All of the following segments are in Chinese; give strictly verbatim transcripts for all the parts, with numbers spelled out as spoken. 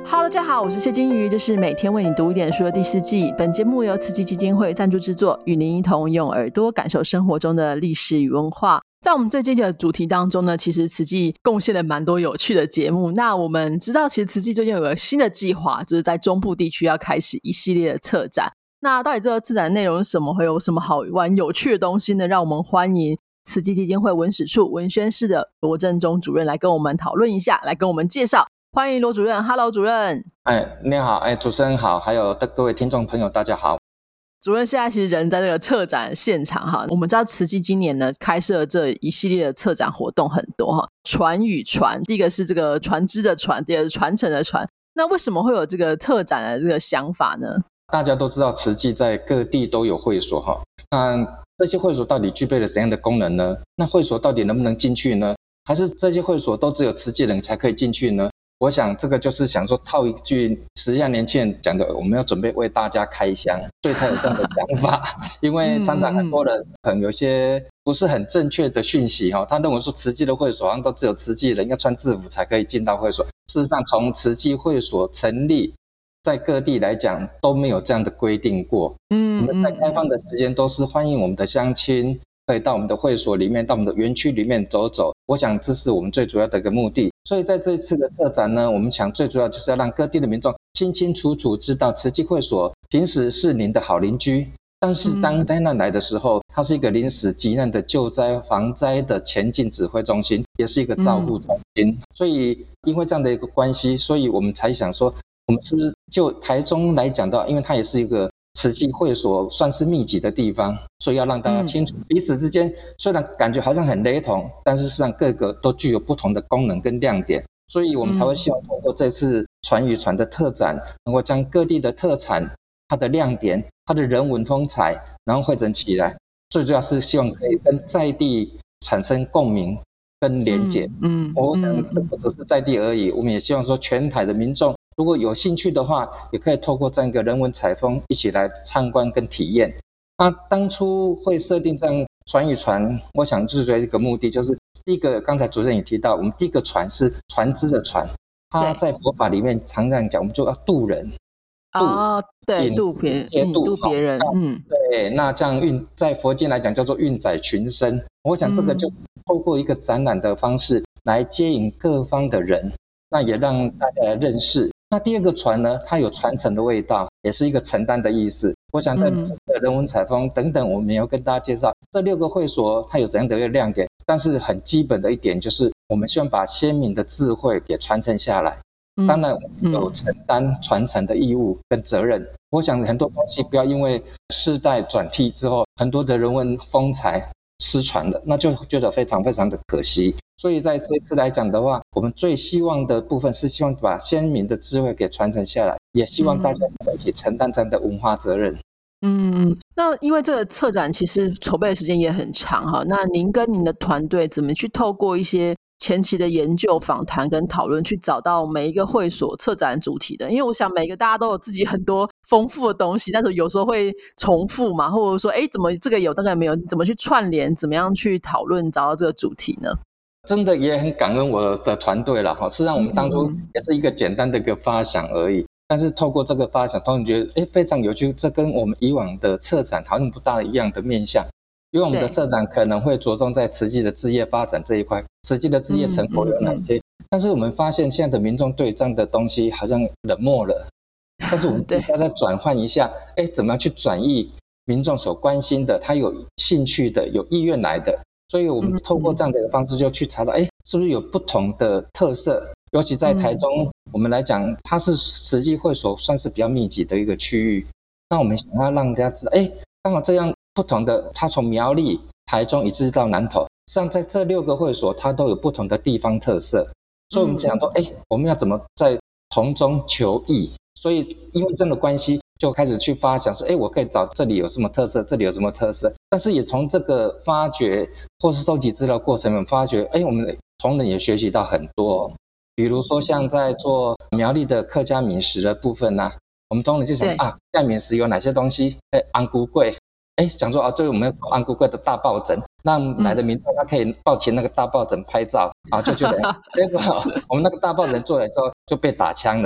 Hello， 大家好，我是谢金鱼，这是每天为你读一点书的第四季。本节目由慈济基金会赞助制作，与您一同用耳朵感受生活中的历史与文化。在我们这季的主题当中呢，其实慈济贡献了蛮多有趣的节目。那我们知道，其实慈济最近有个新的计划，就是在中部地区要开始一系列的策展。那到底这个策展内容是什么？会有什么好玩有趣的东西呢？让我们欢迎慈济基金会文史处文宣室的罗正中主任来跟我们讨论一下，来跟我们介绍。欢迎罗主任。 Hello 主任。 哎，你好。哎，主持人好，还有各位听众朋友大家好。 主任现在其实人在这个策展现场哈，我们知道慈济今年呢开设这一系列的策展活动很多哈，传与传，第一个是这个船只的船，第二个是传承的传。那为什么会有这个特展的这个想法呢？ 大家都知道慈济在各地都有会所哈，那这些会所到底具备了怎样的功能呢？那会所到底能不能进去呢？还是这些会所都只有慈济人才可以进去呢？我想这个就是想说套一句十几年前讲的，我们要准备为大家开箱，所以才有这样的想法。因为常常很多人可能有些不是很正确的讯息，他认为说慈济的会所好像都只有慈济人要穿制服才可以进到会所。事实上从慈济会所成立在各地来讲都没有这样的规定过。嗯，我们在开放的时间都是欢迎我们的乡亲可以到我们的会所里面，到我们的园区里面走走。我想这是我们最主要的一个目的。所以在这一次的特展呢，我们想最主要就是要让各地的民众清清楚楚知道慈济会所平时是您的好邻居，但是当灾难来的时候，它是一个临时急难的救灾防灾的前进指挥中心，也是一个照护中心。所以因为这样的一个关系，所以我们才想说我们是不是就台中来讲到，因为它也是一个慈济会所算是密集的地方，所以要让大家清楚彼此之间虽然感觉好像很雷同，但是事实上各个都具有不同的功能跟亮点。所以我们才会希望通过这次传与传的特展，能够将各地的特产它的亮点它的人文风采然后汇整起来，最主要是希望可以跟在地产生共鸣跟连结。嗯，我想这不只是在地而已，我们也希望说全台的民众如果有兴趣的话，也可以透过这样一个人文采风一起来参观跟体验。那当初会设定这样传与传，我想就是这一个目的，就是第一个刚才主任也提到，我们第一个传是船只的船，它在佛法里面常常讲我们就要渡人。 哦，对，渡别人，渡别人。嗯， 对，那这样运在佛经来讲叫做运载群生。我想这个就透过一个展览的方式来接引各方的人，那也让大家来认识。那第二个传呢，它有传承的味道，也是一个承担的意思。我想在整个人文采风等等，我们也要跟大家介绍这六个会所它有怎样的一个亮点。但是很基本的一点就是，我们希望把先民的智慧给传承下来。当然，我们有承担传承的义务跟责任。我想很多东西不要因为世代转替之后，很多的人文风采失传了，那就觉得非常非常的可惜。所以在这一次来讲的话，我们最希望的部分是希望把先民的智慧给传承下来，也希望大家一起承担这样的文化责任。 嗯，那因为这个策展其实筹备的时间也很长哈，那您跟您的团队怎么去透过一些前期的研究访谈跟讨论，去找到每一个会所策展主题的？因为我想每个大家都有自己很多丰富的东西，但是有时候会重复嘛，或者说哎，怎么这个有那个没有，怎么去串联，怎么样去讨论找到这个主题呢？ 真的也很感恩我的团队啦，事实上我们当初也是一个简单的一个发想而已，但是透过这个发想，突然觉得诶非常有趣，这跟我们以往的策展好像不大一样的面向。因为我们的策展可能会着重在慈济的事业发展这一块，慈济的事业成果有哪些，嗯嗯嗯，但是我们发现现在的民众对这样的东西好像冷漠了，但是我们应该再转换一下，诶怎么样去转移民众所关心的，他有兴趣的，有意愿来的。所以我们透过这样的一个方式就去查到，哎，是不是有不同的特色？尤其在台中，我们来讲，它是慈济会所算是比较密集的一个区域。那我们想要让大家知道，哎，刚好这样不同的，它从苗栗、台中一直到南投，实际上在这六个会所，它都有不同的地方特色。所以我们讲说，哎，我们要怎么在同中求异？所以因为这样的关系，就开始去发想说，哎，我可以找这里有什么特色，这里有什么特色。但是也从这个发掘或是收集资料过程中发觉，哎，我们同仁也学习到很多。比如说像在做苗栗的客家民食的部分啊，我们同仁就想啊，客家民食有哪些东西？哎，安菇粿，哎，想说啊，对，我们有安菇粿的大抱枕，让来的民众他可以抱起那个大抱枕拍照，啊，就觉得结果我们那个大抱枕做来之后就被打枪了。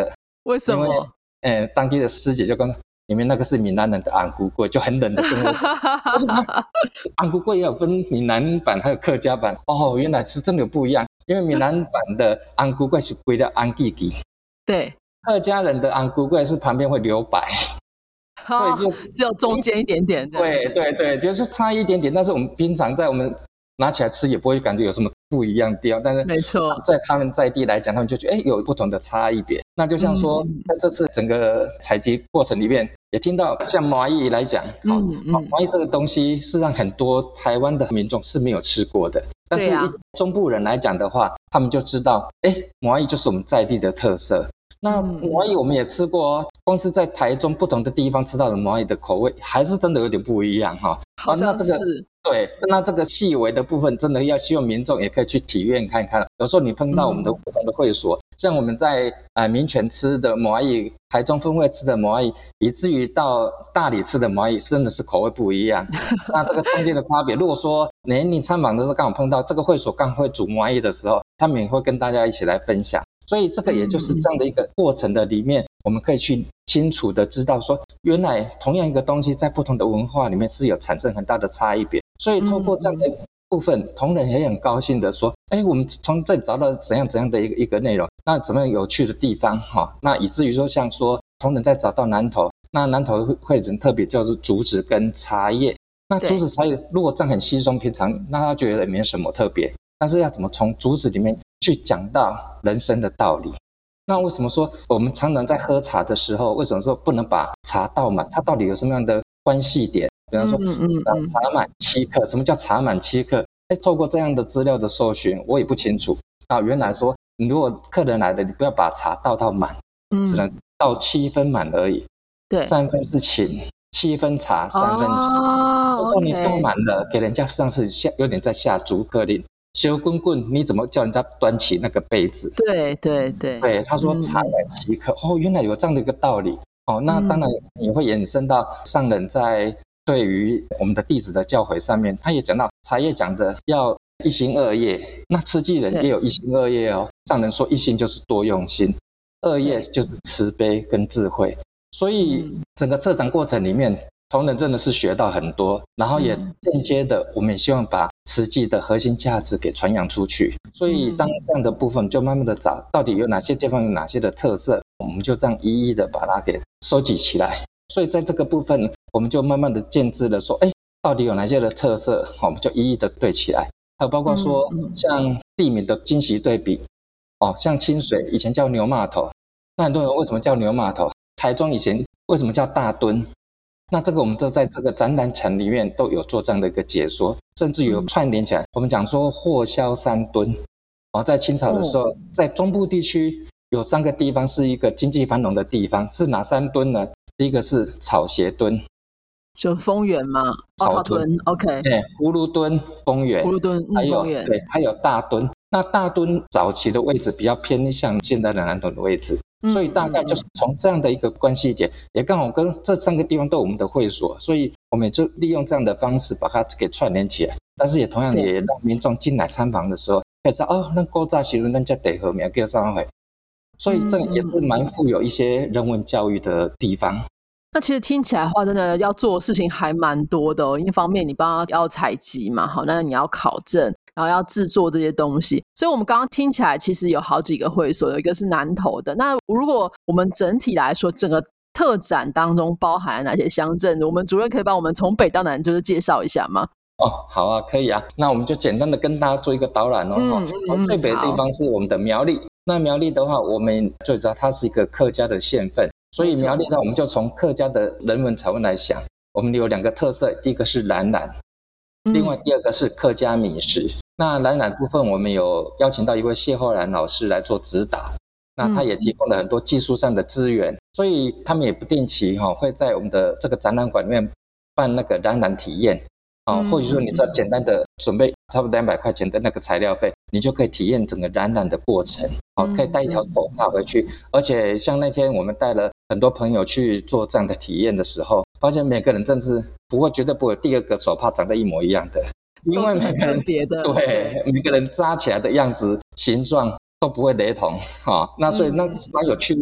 为什么？ 因为呃，当地的师姐就跟里面那个是闽南人的安菇粿，就很冷的跟我讲，安菇粿也有分闽南版还有客家版哦，原来是真的有不一样。因为闽南版的安菇粿是归叫安记记， 对， 客家人的安菇粿是旁边会留白，所以就只有中间一点点这样子。 对对对，就是差一点点，但是我们平常在我们拿起来吃也不会感觉有什么不一样的地方，但是没错， 在他们在地来讲，他们就觉得哎有不同的差异别。那就像说， 嗯、 在这次整个采集过程里面，也听到像麻薏来讲，嗯嗯，麻薏这个东西，事实上很多台湾的民众是没有吃过的，但是中部人来讲的话，他们就知道，哎，麻薏就是我们在地的特色。那麻薏我们也吃过哦，光是在台中不同的地方吃到的麻薏的口味，还是真的有点不一样哈。 好像是。 对，那这个细微的部分，真的要希望民众也可以去体验看看。有时候你碰到我们的不同的会所，嗯、像我们在呃民权吃的麻薏，台中分会吃的麻薏，以至于到大理吃的麻薏，真的是口味不一样。那这个中间的差别，如果说年龄参访的时候刚好碰到这个会所刚会煮麻薏的时候，他们也会跟大家一起来分享。所以这个也就是这样的一个过程的里面，我们可以去清楚的知道说，原来同样一个东西在不同的文化里面是有产生很大的差异别。所以透过这样的部分，同仁也很高兴的说，哎，我们从这里找到怎样怎样的一个一个内容，那怎么样有趣的地方哈，那以至于说像说同仁在找到南投，那南投会人特别叫做竹子跟茶叶，那竹子茶叶如果这样很稀松平常，那他觉得也没什么特别，但是要怎么从竹子里面去讲到人生的道理。那为什么说我们常常在喝茶的时候，为什么说不能把茶倒满？它到底有什么样的关系点？比方说，嗯嗯嗯、茶满七克，什么叫茶满七克？哎，透过这样的资料的搜寻，我也不清楚。啊，原来说，你如果客人来了，你不要把茶倒到满，嗯、只能倒七分满而已。 对， 三分是请，七分茶，三分茶。如果你倒满了，给人家实际上是下有点在下逐客令。修滚滚，你怎么叫人家端起那个杯子？ 对对对， 对，他说茶满七克，嗯、哦，原来有这样的一个道理。哦，那当然也会衍生到上人在对于我们的弟子的教诲上面，他也讲到茶叶讲的要一心二业，那慈济人也有一心二业哦。上人说一心就是多用心，二业就是慈悲跟智慧。所以整个策展过程里面，同仁真的是学到很多，然后也间接的，我们也希望把慈济的核心价值给传扬出去。所以当这样的部分就慢慢的找到底有哪些地方有哪些的特色，我们就这样一一的把它给收集起来。所以在这个部分，我们就慢慢的建制了说，哎，到底有哪些的特色，我们就一一的对起来。还有包括说，像地名的惊喜对比，哦，像清水以前叫牛骂头，那很多人为什么叫牛骂头？台中以前为什么叫大墩？那这个我们都在这个展览场里面都有做这样的一个解说，甚至有串联起来。我们讲说货销三墩，哦，在清朝的时候，在中部地区有三个地方是一个经济繁荣的地方，是哪三墩呢？第一个是草鞋墩， 就丰原嘛，草墩 ，OK， 对，葫芦墩、丰原， 葫芦墩， 还有丰原， 对，还有大墩。那大墩早期的位置比较偏向现在的南投的位置。所以大概就是从这样的一个关系点，也刚好跟这三个地方都有我们的会所，所以我们也就利用这样的方式把它给串联起来。但是也同样也让民众进来参访的时候，可以知道哦，那古早时候咱这地号名叫啥回，所以这也是蛮富有一些人文教育的地方。 那其实听起来的话，真的要做的事情还蛮多的哦。一方面你帮他要采集嘛，好，那你要考证，然后要制作这些东西。所以我们刚刚听起来，其实有好几个会所，有一个是南投的。那如果我们整体来说，整个特展当中包含了哪些乡镇？我们主任可以帮我们从北到南就是介绍一下吗？ 哦，好啊，可以啊。那我们就简单的跟大家做一个导览哦。嗯嗯、最北的地方是我们的苗栗。那苗栗的话，我们最知道它是一个客家的县份。所以苗栗呢，我们就从客家的人文草文来想，我们有两个特色，第一个是染染，另外第二个是客家米食。嗯、那染染部分，我们有邀请到一位谢厚兰老师来做指导，那他也提供了很多技术上的资源，嗯、所以他们也不定期哈、哦、会在我们的这个展览馆里面办那个染染体验。啊、哦，或者说你只要简单的准备差不多两百块钱的那个材料费，你就可以体验整个染染的过程。好、哦，可以带一条手帕回去，而且像那天我们带了很多朋友去做这样的体验的时候，发现每个人真是不会绝对不会有第二个手帕长得一模一样的，因为每个人别的对, 对每个人扎起来的样子、形状都不会雷同。哈、哦，那所以那是蛮有趣味的。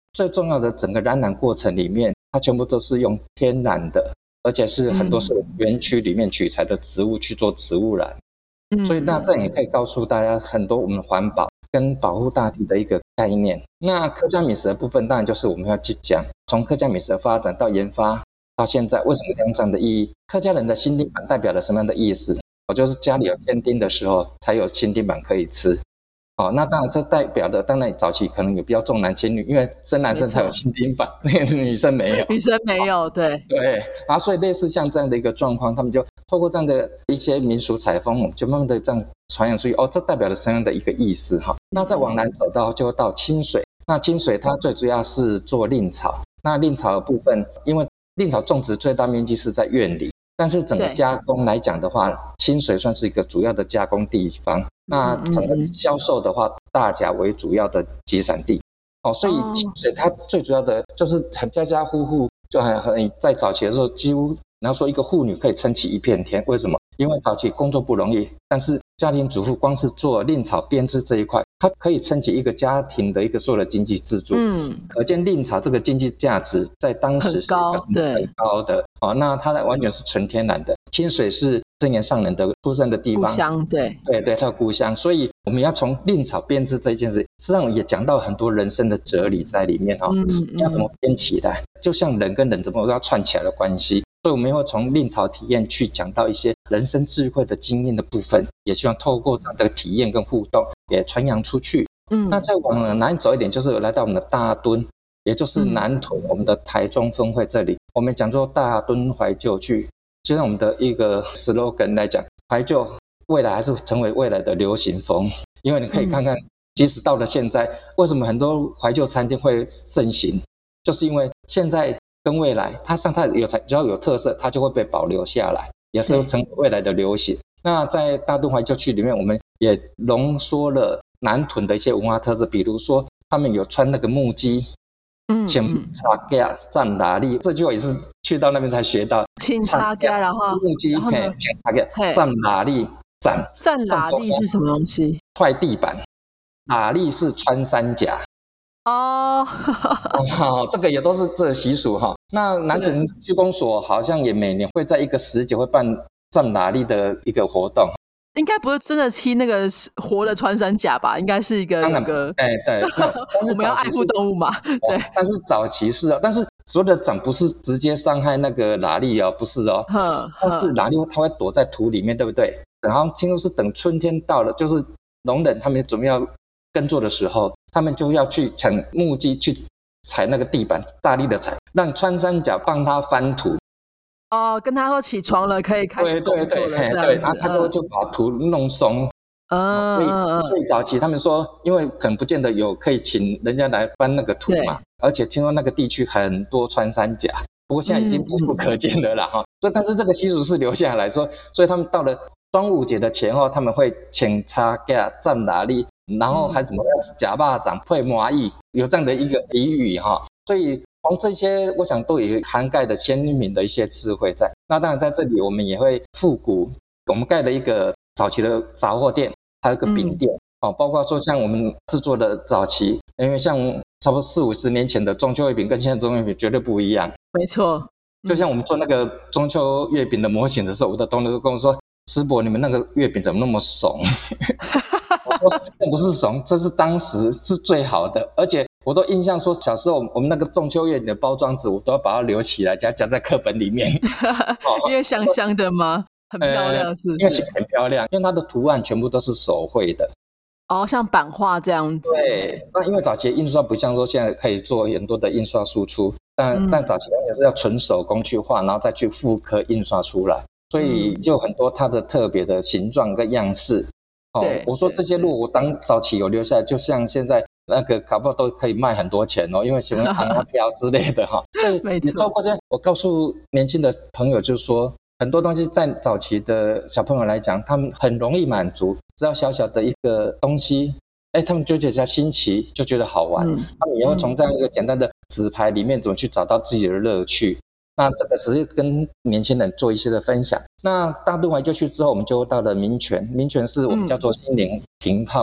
最重要的整个染染过程里面，它全部都是用天然的，而且是很多是园区里面取材的植物去做植物染。嗯，所以那这也可以告诉大家很多我们环保跟保护大地的一个概念。那客家美食的部分，当然就是我们要去讲，从客家美食的发展到研发到现在，为什么有这样的意义？客家人的新丁板代表了什么样的意思？我就是家里有添丁的时候，才有新丁板可以吃。哦，那当然这代表的，当然早期可能有比较重男轻女，因为生男生才有新丁板，女生没有， 女生没有，对对，然后所以类似像这样的一个状况，他们就透过这样的一些民俗采风，我们就慢慢的这样传扬出去。哦，这代表了什么样的一个意思哈？那再往南走到就到清水，那清水它最主要是做蔺草，那蔺草的部分，因为蔺草种植最大面积是在院里。但是整个加工来讲的话，清水算是一个主要的加工地方。那整个销售的话，大甲为主要的集散地。哦，所以清水它最主要的就是很家家户户，就很很在早期的时候，几乎然后说一个妇女可以撑起一片天。为什么？因为早期工作不容易，但是家庭主妇光是做蔺草编织这一块，它可以撑起一个家庭的一个所有的经济支柱。嗯，可见蔺草这个经济价值在当时是很高，对，很高的。哦，那它完全是纯天然的。清水是圣严上人的出生的地方， 故乡，对对对，他的故乡。所以我们要从蔺草编织这件事，实际上也讲到很多人生的哲理在里面哈、哦。嗯嗯，你要怎么编起来？就像人跟人怎么要串起来的关系。所以我们会从蔺草体验去讲到一些人生智慧的经验的部分，也希望透过这样的体验跟互动，也传扬出去。嗯，那再往南走一点，就是来到我们的大墩，也就是南屯、嗯、我们的台中分会这里，我们讲做大墩怀旧剧。就像我们的一个 slogan 来讲，怀旧未来还是成为未来的流行风。因为你可以看看，即使到了现在，为什么很多怀旧餐厅会盛行，就是因为现在跟未来，它上它有只要有特色，它就会被保留下来，也是成为未来的流行。那在大墩怀旧区里面，我们也浓缩了南屯的一些文化特色，比如说他们有穿那个木屐，嗯，请插架站哪里，这句话也是去到那边才学到。 请插架，然后木屐，请插架站哪里站站哪里是什么东西？ 踹地板，哪里是穿山甲。哦，哦，这个也都是这个习俗哈。那南屯区公所好像也每年会在一个时节会办站哪里的一个活动。 应该不是真的踢那个活的穿山甲吧？应该是一个那个， 对对， 我们要爱护动物嘛。对， 但是早期是哦，但是所有的掌不是直接伤害那个喇莉哦，不是哦，但是喇莉它会躲在土里面，对不对？然后听说是等春天到了，就是农人他们准备要耕作的时候，他们就要去抢木屐去踩那个地板，大力的踩，让穿山甲帮他翻土。 哦，跟他说起床了，可以开始工作了，这样子。 对，然后他就就把土弄松。嗯，所以最早期他们说，因为可能不见得有可以请人家来翻那个土嘛，而且听说那个地区很多穿山甲，不过现在已经不复可见了啦哈。所以，但是这个习俗是留下来说，所以他们到了端午节的前后，他们会请插架站哪里，然后还什么假巴掌配麻蚁，有这样的一个俚语哈。所以从这些，我想都有涵盖的先民的一些智慧在。那当然在这里，我们也会复古，我们盖了一个早期的杂货店，还有一个饼店、嗯哦、包括说像我们制作的早期，因为像差不多四五十年前的中秋月饼跟现在中秋月饼绝对不一样。 没错， 就像我们做那个中秋月饼的模型的时候，我的同事跟我说：“师伯，你们那个月饼怎么那么怂？”我说：“这不是怂，这是当时是最好的，而且。”我都印象说，小时候我们那个中秋月饼的包装纸，我都要把它留起来，夹夹在课本里面， 哦、因为香香的吗？很漂亮，是不是？ 因为很漂亮，因为它的图案全部都是手绘的， 哦，像版画这样子。 对，那因为早期的印刷不像说现在可以做很多的印刷输出，但、嗯、但早期也是要纯手工去画，然后再去复刻印刷出来，所以就很多它的特别的形状跟样式。哦，我说这些路我当早期有留下来，就像现在。那个搞不好都可以卖很多钱哦，因为喜欢昂啊飘之类的哈。 没错。 透过这，我告诉年轻的朋友，就是说很多东西在早期的小朋友来讲，他们很容易满足，只要小小的一个东西，哎，他们就觉得新奇，就觉得好玩。嗯、他们也会从这样一个简单的纸牌里面，怎么去找到自己的乐趣。那这个只是跟年轻人做一些的分享。那大墩怀旧区之后，我们就到了民权，民权是我们叫做心灵停靠站。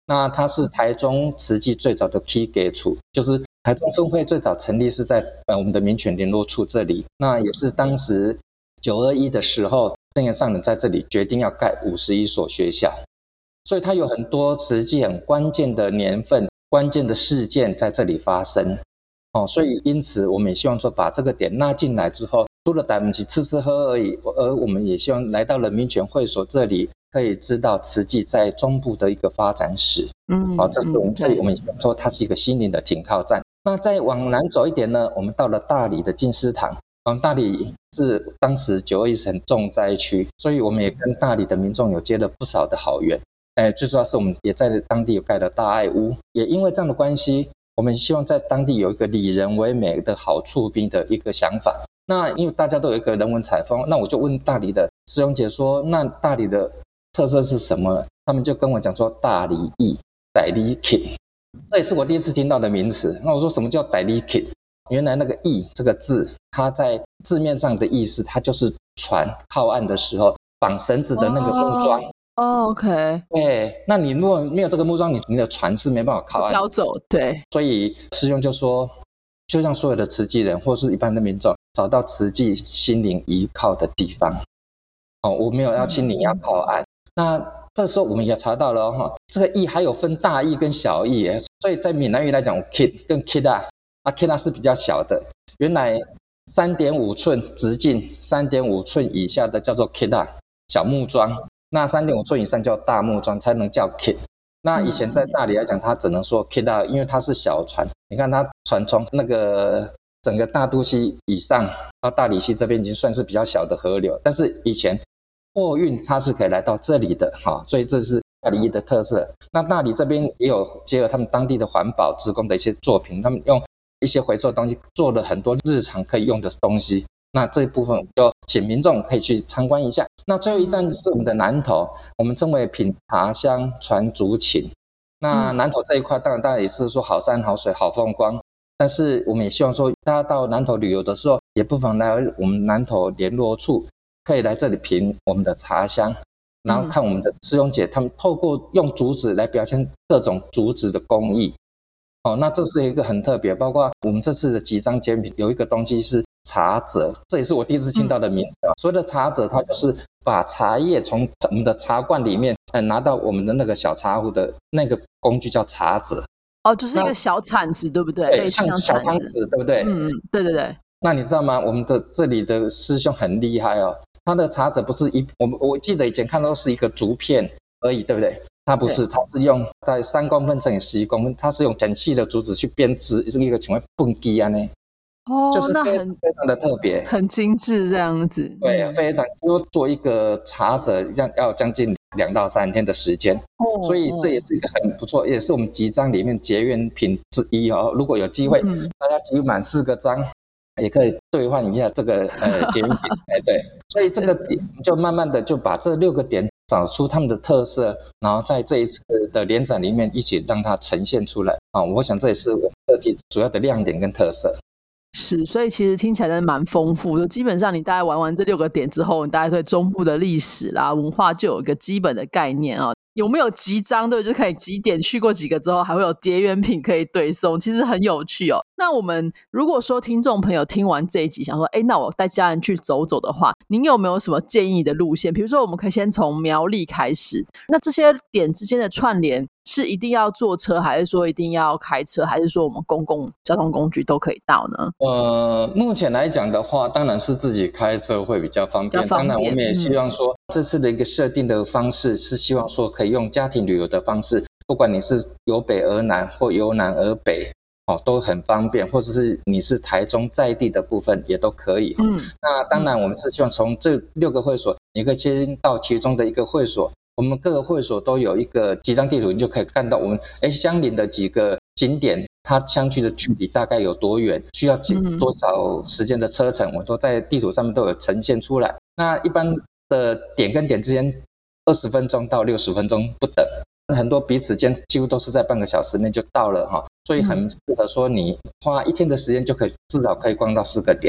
那它是台中慈济最早的起家处，就是台中分会最早成立是在呃我们的民权联络处这里，那也是当时九二一的时候，圣严上人在这里决定要盖五十一所学校，所以它有很多慈济很关键的年份、关键的事件在这里发生。哦，所以因此我们也希望说把这个点纳进来之后，除了咱们去吃吃喝而已，而我们也希望来到了民权会所这里，可以知道慈济在中部的一个发展史。嗯，好、哦，这是我们所以我们说它是一个心灵的停靠站。那再往南走一点呢，我们到了大理的金狮堂。嗯，大理是当时九二一很重灾区，所以我们也跟大理的民众有结了不少的好缘。哎，最主要是我们也在当地有盖了大爱屋，也因为这样的关系，我们希望在当地有一个以人为美的好处兵的一个想法。那因为大家都有一个人文采风，那我就问大理的师兄姐说，那大理的特色是什么？他们就跟我讲说大理驿、大理客，这也是我第一次听到的名词。那我说什么叫大理客？原来那个驿这个字，它在字面上的意思，它就是船靠岸的时候绑绳子的那个木桩。 哦、oh, ，OK， 对，那你如果没有这个木桩，你你的船是没办法靠岸飘走。对， 所以师兄就说，就像所有的慈济人或是一般的民众，找到慈济心灵依靠的地方。哦，我没有要心灵要靠岸。嗯、那这时候我们也查到了哈、哦，这个驿还有分大驿跟小驿，所以在闽南语来讲 ，kid 跟 kida。啊 ，kida 是比较小的，原来 三点五 寸直径 三点五 寸以下的叫做 kida 小木桩，那 三点五 寸以上叫大木桩才能叫 kid。那以前在大理来讲，它只能说 kida， 因为它是小船。你看它船从那个整个大肚溪以上到大理溪这边已经算是比较小的河流，但是以前货运它是可以来到这里的哈，所以这是大理的特色。那大理这边也有结合他们当地的环保志工的一些作品，他们用一些回收的东西做了很多日常可以用的东西，那这一部分就请民众可以去参观一下。那最后一站是我们的南投，我们称为品茶香传竹琴。那南投这一块当然当然也是说好山好水好风光，但是我们也希望说大家到南投旅游的时候，也不妨来我们南投联络处，可以来这里品我们的茶香，然后看我们的师兄姐他们透过用竹子来表现各种竹子的工艺。哦，那这是一个很特别，包括我们这次的集章简品有一个东西是茶则，这也是我第一次听到的名字啊。嗯、所谓的茶则，它就是把茶叶从我们的茶罐里面，呃，拿到我们的那个小茶壶的那个工具叫茶则。 哦，就是一个小铲子，对不对？ 对，像小汤匙，对不对？ 嗯嗯，对对对。 那你知道吗？我们的这里的师兄很厉害哦，他的茶则不是一，我我记得以前看到是一个竹片而已，对不对？它不是，它是用在三公分乘以十一公分，它是用很细的竹子去编织一个请问蹦机啊呢， 哦， 就是那很非常的特别， 很精致这样子。 对，嗯、非常多做一个茶则，要要将近两到三天的时间，哦，所以这也是一个很不错，也是我们集章里面结缘品之一哦。如果有机会，嗯、大家集满四个章，也可以兑换一下这个呃结缘品，哎对，所以这个点就慢慢的就把这六个点找出他们的特色，然后在这一次的联展里面一起让它呈现出来啊！我想这也是我们设计主要的亮点跟特色。 是，所以其实听起来真的蛮丰富的。基本上你大概玩完这六个点之后，你大概对中部的历史啦、文化就有一个基本的概念啊。有没有集章，对，就可以几点去过几个之后，还会有结缘品可以对送，其实很有趣哦。那我们如果说听众朋友听完这一集，想说，哎，那我带家人去走走的话，您有没有什么建议的路线？比如说，我们可以先从苗栗开始，那这些点之间的串联是一定要坐车，还是说一定要开车，还是说我们公共交通工具都可以到呢？ 呃，目前来讲的话，当然是自己开车会比较方便。方便当然，我们也希望说，嗯、这次的一个设定的方式是希望说可以用家庭旅游的方式，不管你是由北而南或由南而北。哦，都很方便，或者是你是台中在地的部分也都可以。嗯，那当然我们是希望从这六个会所，你可以先到其中的一个会所，我们各个会所都有一个集章地图，你就可以看到我们哎相邻的几个景点，它相距的距离大概有多远，需要几多少时间的车程，我都在地图上面都有呈现出来。那一般的点跟点之间二十分钟到六十分钟不等，很多彼此间几乎都是在半个小时内就到了哈，所以很适合说你花一天的时间就可以至少可以逛到四个点。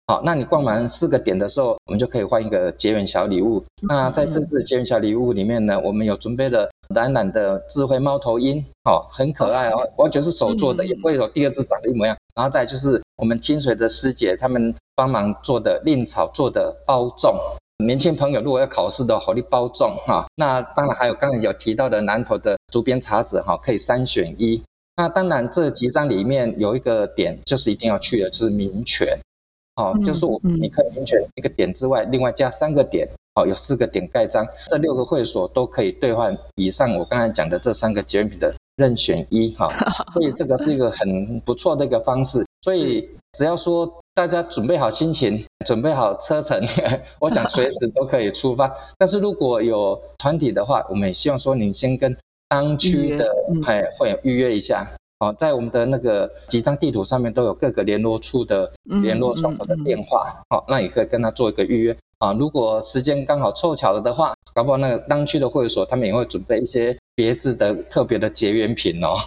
好，那你逛完四个点的时候，我们就可以换一个结缘小礼物。那在这次结缘小礼物里面呢，我们有准备了懒懒的智慧猫头鹰，哦，很可爱哦，完全是手做的，也不会有第二只长得一模一样。然后再就是我们清水的师姐他们帮忙做的令草做的包粽。年轻朋友如果要考试的话，你包粽哈。那当然还有刚才有提到的南投的竹编茶籽哈，可以三选一。那当然这集章里面有一个点就是一定要去的，就是民权。哦，就是我你可以民权一个点之外，另外加三个点，哦，有四个点盖章，这六个会所都可以兑换以上我刚才讲的这三个结缘品的任选一哈。所以这个是一个很不错的一个方式。所以只要说大家准备好心情，准备好车程，我想随时都可以出发。但是如果有团体的话，我们也希望说您先跟当区的哎会员预约一下。哦，在我们的那个集章地图上面都有各个联络处的联络窗口的电话，好、嗯嗯嗯哦，那也可以跟他做一个预约啊。如果时间刚好凑巧了的话，搞不好那个当区的会所他们也会准备一些别致的特别的结缘品哦。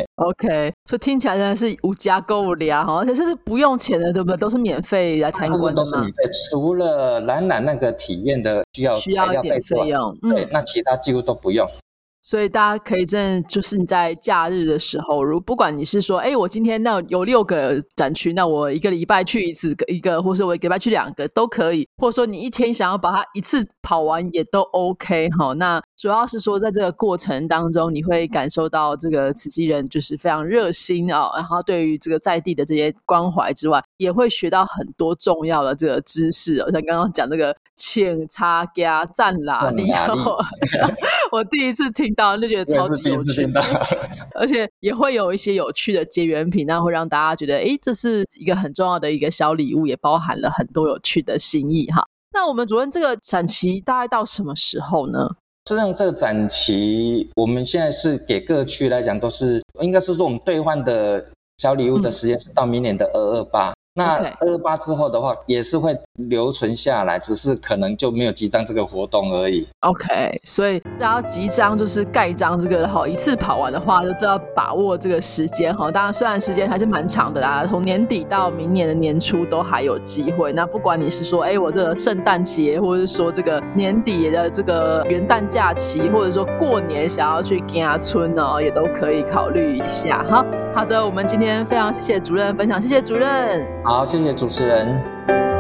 OK， 所以听起来真的是无家购物的啊，而且这是不用钱的，对不对？都是免费来参观的吗？ 都是免费，除了懒懒那个体验的需要需要一点费用， 嗯，对，那其他几乎都不用。 所以大家可以真的就是你在假日的时候，如不管你是说哎，我今天那有六个展区，那我一个礼拜去一次一个，或是我一个礼拜去两个都可以，或者说你一天想要把它一次跑完也都 OK。 好，那主要是说在这个过程当中你会感受到这个慈济人就是非常热心啊、哦，然后对于这个在地的这些关怀之外，也会学到很多重要的这个知识、哦、像刚刚讲那个请插加赞啦力，我第一次听到就觉得超级有趣，而且也会有一些有趣的结缘品，那会让大家觉得诶，这是一个很重要的一个小礼物，也包含了很多有趣的心意哈。那我们主任这个展期大概到什么时候呢？ 实际上这个展期我们现在是给各区来讲都是应该是说我们兑换的小礼物的时间是到明年的二二八、嗯，那二二八之后的话也是会留存下来，只是可能就没有集章这个活动而已。 OK， 所以大家集章就是盖章这个一次跑完的话就知道把握这个时间。当然虽然时间还是蛮长的啦，从年底到明年的年初都还有机会。那不管你是说哎，我这个圣诞节，或者是说这个年底的这个元旦假期，或者说过年想要去走村哦，也都可以考虑一下哈。好的，我们今天非常谢谢主任分享，谢谢主任。 好，谢谢主持人。